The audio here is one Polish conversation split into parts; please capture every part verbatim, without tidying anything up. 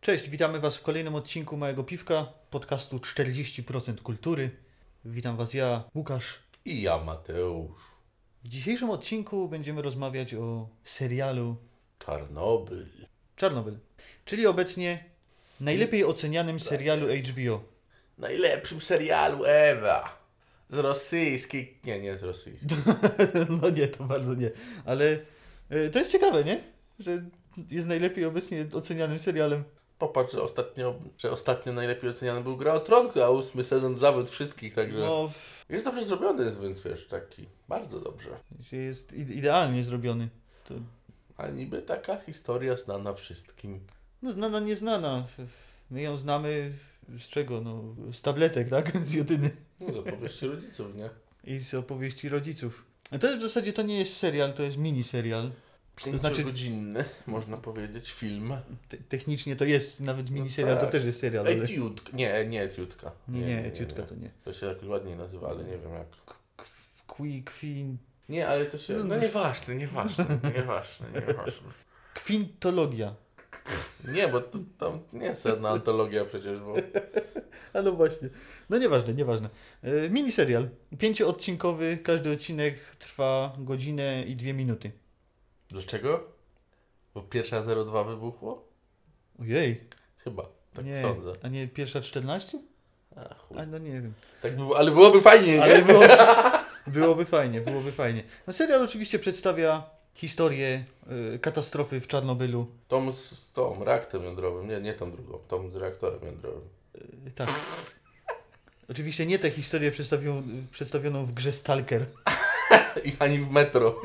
Cześć, witamy Was w kolejnym odcinku Małego Piwka, podcastu czterdzieści procent kultury. Witam Was ja, Łukasz. I ja, Mateusz. W dzisiejszym odcinku będziemy rozmawiać o serialu Czarnobyl. Czarnobyl, czyli obecnie najlepiej ocenianym serialu H B O. Najlepszym serialu Ewa. Z rosyjskiej... Nie, nie z rosyjskiej. No nie, to bardzo nie, ale y, to jest ciekawe, nie? Że jest najlepiej obecnie ocenianym serialem. Popatrz, że ostatnio, że ostatnio najlepiej oceniany był Gra o Tron, a ósmy sezon zawód wszystkich, także... No, Jest dobrze zrobiony, więc wiesz, taki bardzo dobrze. jest ide- idealnie zrobiony. To, A niby taka historia znana wszystkim. no znana, nieznana. My ją znamy z czego? No, z tabletek, tak? Z jodyny. No z opowieści rodziców, nie? I z opowieści rodziców. A to w zasadzie to nie jest serial, to jest miniserial. To znaczy, Pięciogodzinny, można powiedzieć, film. te- technicznie to jest nawet miniserial, tak. to też jest serial. Ale... Etiudka. Nie, nie etiudka. Nie, nie, etiudka to nie. To się jakoś ładniej nazywa, ale nie wiem jak. Kwi, kwin... Nie, ale to się... No, No to- nieważne, nieważne, nieważne, nieważne. Kwintologia. Nie, bo to, tam nie jest żadna antologia przecież, bo... A no właśnie. No nieważne, nieważne. E, miniserial. Pięcioodcinkowy, każdy odcinek trwa godzinę i dwie minuty. Dlaczego? Bo pierwsza zero dwa wybuchło? Ojej. Chyba, tak nie. sądzę. A nie pierwsza czternaście? A, chuj. A no nie wiem. Tak by było, ale byłoby fajnie, nie? Ale było, byłoby fajnie, byłoby fajnie. No serial oczywiście przedstawia historię y, katastrofy w Czarnobylu. Tom z tą reaktorem jądrowym, nie, nie tą drugą, Tom z reaktorem jądrowym. Y, tak. Oczywiście nie tę historię przedstawioną, przedstawioną w grze Stalker. I ani w metro.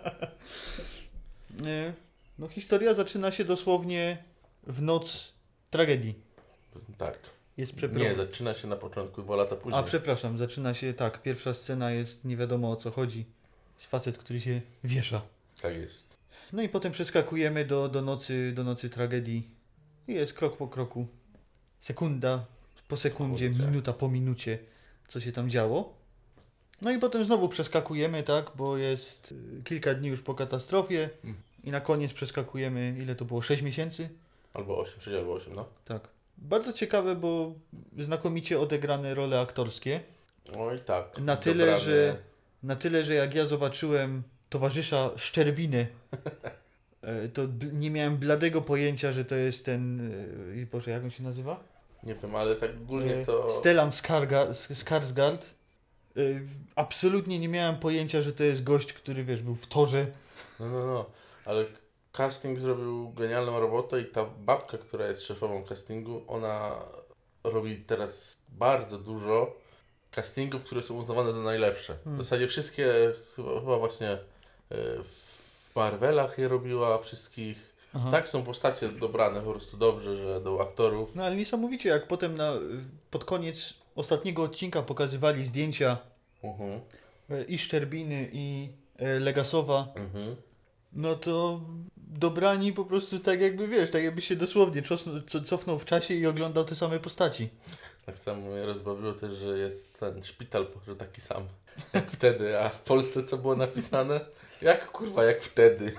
Y, no historia zaczyna się dosłownie w noc tragedii. Tak. Jest przepro... Nie, zaczyna się na początku, dwa lata później. A przepraszam, zaczyna się tak. Pierwsza scena jest nie wiadomo o co chodzi. Jest facet, który się wiesza. Tak jest. No i potem przeskakujemy do, do, nocy, do nocy tragedii. I jest krok po kroku, sekunda po sekundzie, Kurczę. minuta po minucie, co się tam działo. No i potem znowu przeskakujemy, tak, bo jest y, kilka dni już po katastrofie Mm. i na koniec przeskakujemy, ile to było, sześć miesięcy? Albo osiem, sześć albo osiem, no. Tak. Bardzo ciekawe, bo znakomicie odegrane role aktorskie. Oj tak. Na tyle, dobrane. że- Na tyle, że jak ja zobaczyłem towarzysza Szczerbiny, e, to bl- nie miałem bladego pojęcia, że to jest ten... e, Boże, jak on się nazywa? Nie wiem, ale tak ogólnie E, to... Stellan Skarga, S- Skarsgård. E, Absolutnie nie miałem pojęcia, że to jest gość, który, wiesz, był w torze. No, no, no. Ale casting zrobił genialną robotę i ta babka, która jest szefową castingu, ona robi teraz bardzo dużo castingów, które są uznawane za najlepsze. W Hmm. zasadzie wszystkie, chyba, chyba właśnie y, w Marvelach je robiła, wszystkich. Aha. Tak są postacie dobrane po prostu dobrze, że do aktorów. No ale niesamowicie, jak potem na, pod koniec ostatniego odcinka pokazywali zdjęcia Mhm. e, i Szczerbiny, i e, Legasowa, Mhm. no to dobrani po prostu tak jakby, wiesz, tak jakby się dosłownie czosnął- co- cofnął w czasie i oglądał te same postaci. Tak samo mnie rozbawiło też, że jest ten szpital, że taki sam jak wtedy, a w Polsce co było napisane? Jak kurwa, jak wtedy.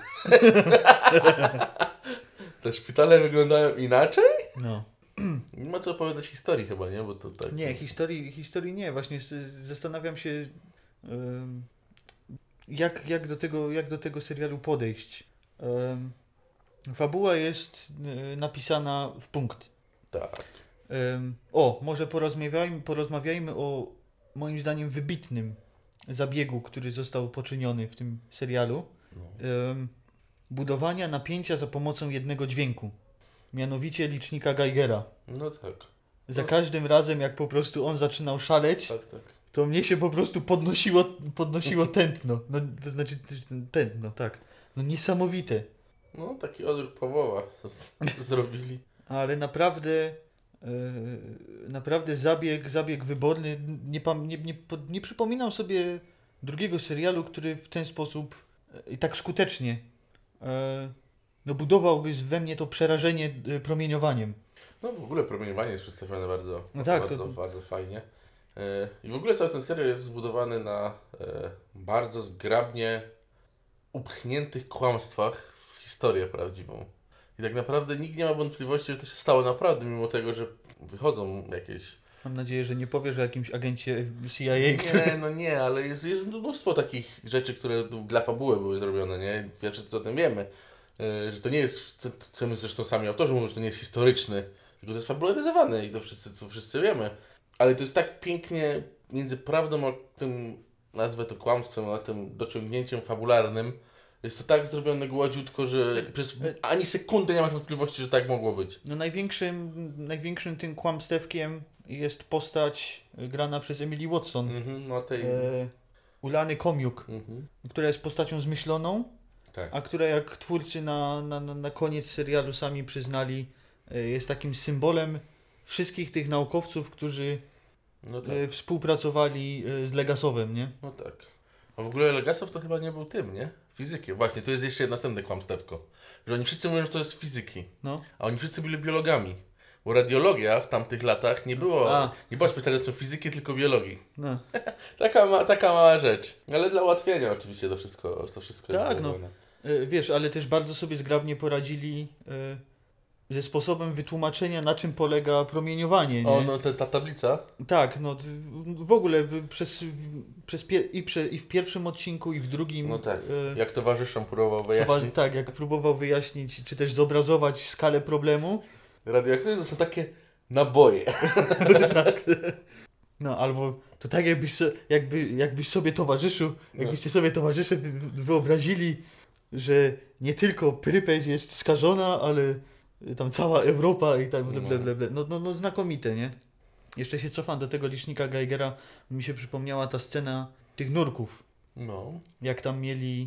Te szpitale wyglądają inaczej? No. Nie ma co opowiadać historii chyba, nie? Bo to tak... Nie, historii, historii nie. Właśnie s- zastanawiam się, ym, jak, jak, do tego, jak do tego serialu podejść. Ym, fabuła jest y, napisana w punkt. Tak. Ym, o, może porozmawiajmy, porozmawiajmy o moim zdaniem wybitnym zabiegu, który został poczyniony w tym serialu. No. Ym, budowania napięcia za pomocą jednego dźwięku. Mianowicie licznika Geigera. No tak. Za No. każdym razem, jak po prostu on zaczynał szaleć, Tak, tak. to mnie się po prostu podnosiło, podnosiło tętno. No, to znaczy ten tętno, tak. No niesamowite. No taki odruch Pawłowa z- zrobili. Ale naprawdę, e, naprawdę zabieg, zabieg wyborny. Nie, pam, nie, nie, po- nie przypominam sobie drugiego serialu, który w ten sposób e, i tak skutecznie e, no, budowałby we mnie to przerażenie e, promieniowaniem. No w ogóle promieniowanie jest przedstawione bardzo, No tak, bardzo, to- bardzo fajnie. E, I w ogóle cały ten serial jest zbudowany na e, bardzo zgrabnie upchniętych kłamstwach w historię prawdziwą. I tak naprawdę nikt nie ma wątpliwości, że to się stało naprawdę, mimo tego, że wychodzą jakieś... Mam nadzieję, że nie powiesz o jakimś agencie C I A. Nie, no nie, ale jest, jest mnóstwo takich rzeczy, które dla fabuły były zrobione, nie? Wszyscy o tym wiemy. Że to nie jest, co my zresztą sami autorzy mówią, że to nie jest historyczny, tylko to jest fabularyzowane i to wszyscy, to wszyscy wiemy. Ale to jest tak pięknie między prawdą a tym, nazwę to kłamstwem, a tym dociągnięciem fabularnym. Jest to tak zrobione gładziutko, że przez ani sekundy nie masz wątpliwości, że tak mogło być. No największym, największym tym kłamstewkiem jest postać grana przez Emily Watson. Mhm, no tej... e, Ulany Komiuk, mhm. która jest postacią zmyśloną, tak. a która jak twórcy na, na, na koniec serialu sami przyznali, jest takim symbolem wszystkich tych naukowców, którzy no tak. współpracowali z Legasowem, nie? No tak. A w ogóle Legasow to chyba nie był tym, nie? Fizykiem. Właśnie, to jest jeszcze następne kłamstewko. Że oni wszyscy mówią, że to jest fizyki. No. A oni wszyscy byli biologami. Bo radiologia w tamtych latach nie było, A. nie była specjalistą fizyki, tylko biologii. No. taka, ma, taka mała rzecz. Ale dla ułatwienia oczywiście to wszystko, to wszystko tak, jest no. Wiesz, ale też bardzo sobie zgrabnie poradzili ze sposobem wytłumaczenia, na czym polega promieniowanie. Nie? O, no te, ta tablica? Tak, no w ogóle przez, przez pie, i, prze, i w pierwszym odcinku, i w drugim. No tak, e, jak towarzyszom próbował wyjaśnić. Tak, jak próbował wyjaśnić, czy też zobrazować skalę problemu. Radioaktywne to są takie naboje. tak. No, albo to tak jakbyś, so, jakby, jakbyś sobie towarzyszył, jakbyście sobie towarzysze wyobrazili, że nie tylko Prypeć jest skażona, ale tam cała Europa i tak ble, ble, ble, ble. No, no, no znakomite, nie? Jeszcze się cofam do tego licznika Geigera, mi się przypomniała ta scena tych nurków. No. Jak tam mieli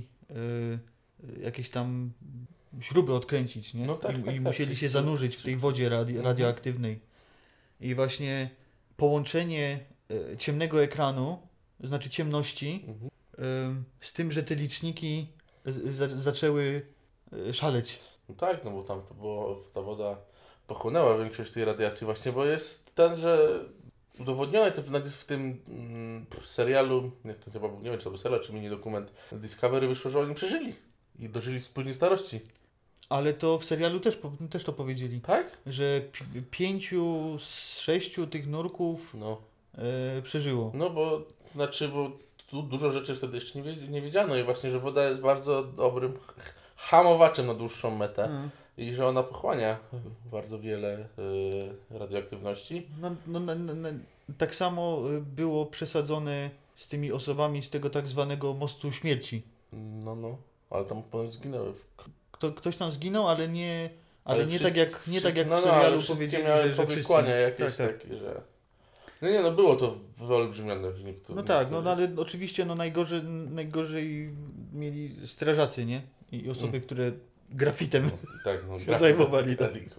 y, jakieś tam śruby odkręcić, nie? No tak, I, tak, i tak, musieli tak, się zanurzyć w tej wodzie radi- radioaktywnej. I właśnie połączenie y, ciemnego ekranu, znaczy ciemności, mhm. y, z tym, że te liczniki z, z, zaczęły y, szaleć. No tak, no bo tam to było, ta woda pochłonęła większość tej radiacji właśnie, bo jest ten, że udowodnione to nawet w tym mm, serialu, nie, to chyba nie wiem czy to był serial, czy mini dokument Discovery wyszło, że oni przeżyli i dożyli później starości. Ale to w serialu też, też to powiedzieli. Tak? Że pi- pięciu z sześciu tych nurków no. e, przeżyło. No bo, znaczy, bo tu dużo rzeczy wtedy jeszcze nie, wie, nie wiedziano i właśnie, że woda jest bardzo dobrym hamowaczem na dłuższą metę. Mm. I że ona pochłania bardzo wiele y, radioaktywności. No, no, no, no, no, tak samo było przesadzone z tymi osobami z tego tak zwanego mostu śmierci. No, no, ale tam potem zginęły. Kto, ktoś tam zginął, ale nie, ale ale nie, wszyscy, tak jak, nie tak jak w no, serialu no, powiedzieli, miały że, że powikłania jakieś tak, tak. takie, że... No nie, no było to wyolbrzymione w niektórych. No tak, no, no ale oczywiście no najgorzej, najgorzej mieli strażacy, nie? I osoby, mm. które grafitem no, tak, no, się zajmowali.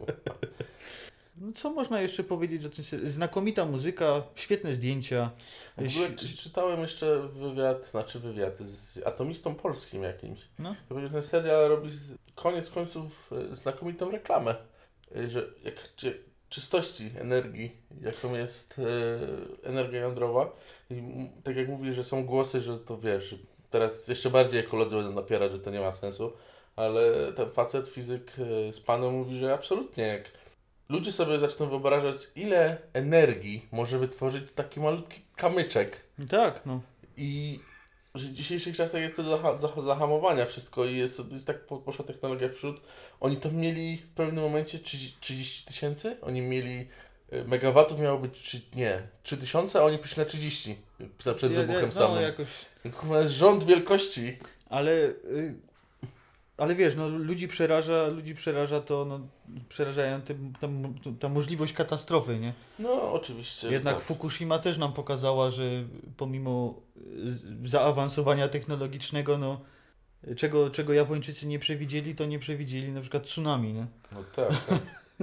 No, co można jeszcze powiedzieć o tym? Znakomita muzyka, świetne zdjęcia. W ogóle czy, czytałem jeszcze wywiad, znaczy wywiad z atomistą polskim jakimś. No. Ten serial robi koniec końców znakomitą reklamę, że jak czy, czystości energii, jaką jest e, energia jądrowa. I tak jak mówisz, że są głosy, że to wiesz, teraz jeszcze bardziej ekolodzy będą napierać, że to nie ma sensu, ale ten facet, fizyk z panem mówi, że absolutnie jak ludzie sobie zaczną wyobrażać, ile energii może wytworzyć taki malutki kamyczek. Tak, no. I że w dzisiejszych czasach jest to do zaha- zah- zahamowania wszystko i jest, jest tak poszła technologia w przód. Oni tam mieli w pewnym momencie trzydzieści tysięcy, oni mieli megawatów miało być, trzy, nie, trzy tysiące, a oni poszli na trzydzieści przed ja, wybuchem no, samym. Jakoś... Kurwa, jest rząd wielkości. Ale... Y- Ale wiesz, no ludzi przeraża, ludzi przeraża to, no przerażają te, ta, ta możliwość katastrofy, nie? No, oczywiście. Jednak tak. Fukushima też nam pokazała, że pomimo zaawansowania technologicznego, no czego, czego Japończycy nie przewidzieli, to nie przewidzieli na przykład tsunami, nie? No tak, tak.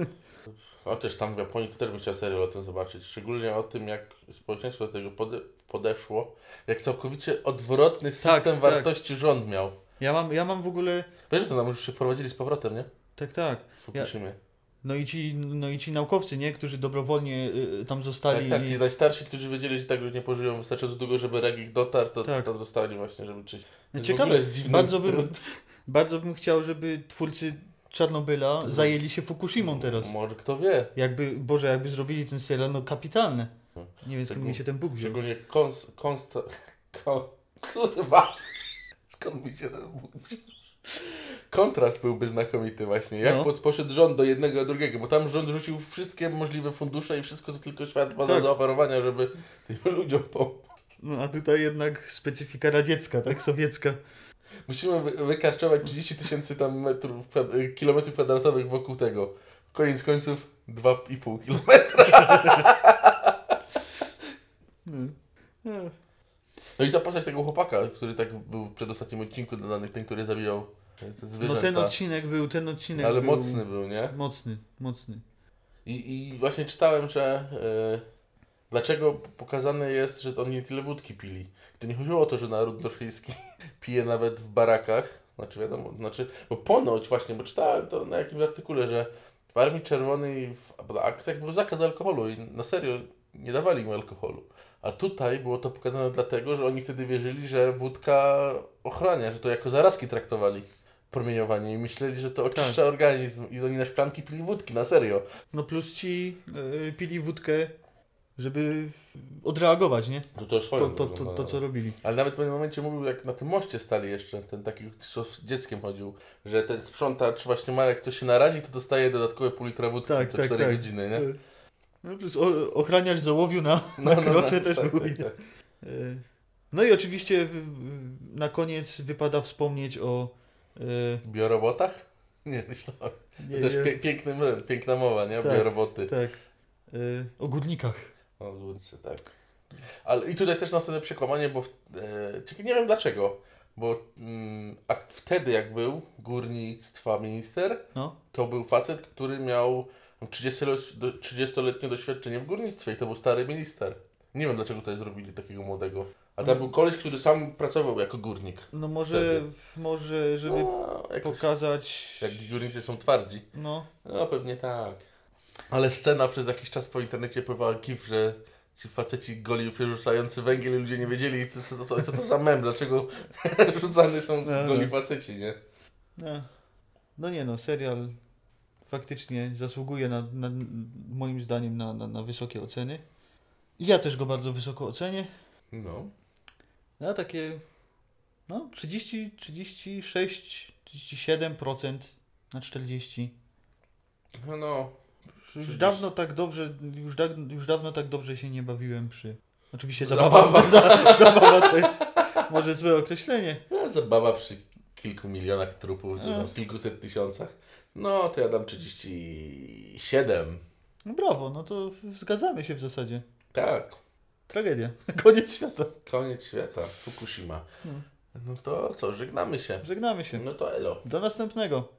A też tam w Japonii to też bym chciał serial o tym zobaczyć. Szczególnie o tym, jak społeczeństwo do tego pode- podeszło, jak całkowicie odwrotny system tak, wartości tak. rząd miał. Ja mam, ja mam w ogóle... Wiesz, że to nam już się wprowadzili z powrotem, nie? Tak, tak. W Fukushimie. Ja... No, i ci, no i ci naukowcy, nie? Którzy dobrowolnie y, tam zostali. Tak, tak. Ci najstarsi, którzy wiedzieli, że tak już nie pożyją wystarczająco długo, żeby Regik dotarł, to tak. tam zostali właśnie, żeby czyść. No ciekawe, bardzo bym, bardzo bym chciał, żeby twórcy Czarnobyla zajęli się Fukushimą teraz. Może kto wie. Jakby, Boże, jakby zrobili ten serial, no kapitalne. Nie wiem, skąd mi się ten Bóg wziął. Szczególnie konst... konst kon, kurwa! Skąd mi się ten Bóg wziął? Kontrast byłby znakomity właśnie. Jak no. poszedł rząd do jednego a drugiego, bo tam rząd rzucił wszystkie możliwe fundusze i wszystko, co tylko świat ma tak. do operowania, żeby tym ludziom pomóc. No a tutaj jednak specyfika radziecka, tak? Sowiecka. Musimy wy- wykarczować trzydzieści tysięcy tam metrów, kilometrów kwadratowych wokół tego. Koniec końców dwa i pół kilometra. No i ta postać tego chłopaka, który tak był w przedostatnim odcinku dodany, ten, który zabijał te zwierzęta. No ten odcinek był, ten odcinek Ale był... mocny był, nie? Mocny, mocny. I, i właśnie czytałem, że yy, dlaczego pokazane jest, że oni tyle wódki pili. To nie chodziło o to, że naród rosyjski pije nawet w barakach. Znaczy wiadomo, znaczy, bo ponoć właśnie, bo czytałem to na jakimś artykule, że w Armii Czerwonej w akcjach był zakaz alkoholu i na serio nie dawali im alkoholu. A tutaj było to pokazane dlatego, że oni wtedy wierzyli, że wódka ochrania, że to jako zarazki traktowali promieniowanie i myśleli, że to oczyszcza tak. organizm i oni na szklanki pili wódki, na serio. No plus ci yy, pili wódkę, żeby odreagować, nie? To, to, to, to, to, to co robili. Ale nawet w pewnym momencie mówił, jak na tym moście stali jeszcze, ten taki, co z dzieckiem chodził, że ten sprzątacz właśnie ma, jak ktoś się narazi, to dostaje dodatkowe pół litra wódki tak, co tak, cztery tak. godziny, nie? No plus o, ochraniacz załowiu na, no, na krocze no, no, też tak, był. Tak, tak. No i oczywiście na koniec wypada wspomnieć o... Yy... biorobotach? Nie, myślałem. Nie, to też nie. Piękny, piękna mowa, nie? O tak, bioroboty. Tak. Yy, o górnikach. O górnicy, tak. Ale i tutaj też następne przekłamanie, bo w, e, nie wiem dlaczego, bo mm, a wtedy jak był górnictwa minister, no. to był facet, który miał trzydziestoletnie doświadczenie w górnictwie i to był stary minister. Nie wiem dlaczego tutaj zrobili takiego młodego. A tam no. był koleś, który sam pracował jako górnik. No może, może żeby no, jakoś, pokazać... Jak górnicy są twardzi. No. No pewnie tak. Ale scena przez jakiś czas po internecie pływała gif, że ci faceci goli przerzucający węgiel i ludzie nie wiedzieli, co, co, co, co to za mem, dlaczego rzucane są no, goli faceci, nie? No. no nie no, serial faktycznie zasługuje na, na moim zdaniem na, na, na wysokie oceny. Ja też go bardzo wysoko ocenię. No. No takie no trzydzieści, trzydzieści sześć, trzydzieści siedem procent na czterdzieści. No no. Już dawno tak dobrze, już, da, już dawno tak dobrze się nie bawiłem przy... Oczywiście zabawa, zabawa. Za, zabawa to jest może złe określenie. No, zabawa przy kilku milionach trupów, czy no, kilkuset tysiącach. No to ja dam trzydzieści siedem. No brawo, no to zgadzamy się w zasadzie. Tak. Tragedia. Koniec świata. Koniec świata. Fukushima. No, no to co, żegnamy się. Żegnamy się. No to elo. Do następnego.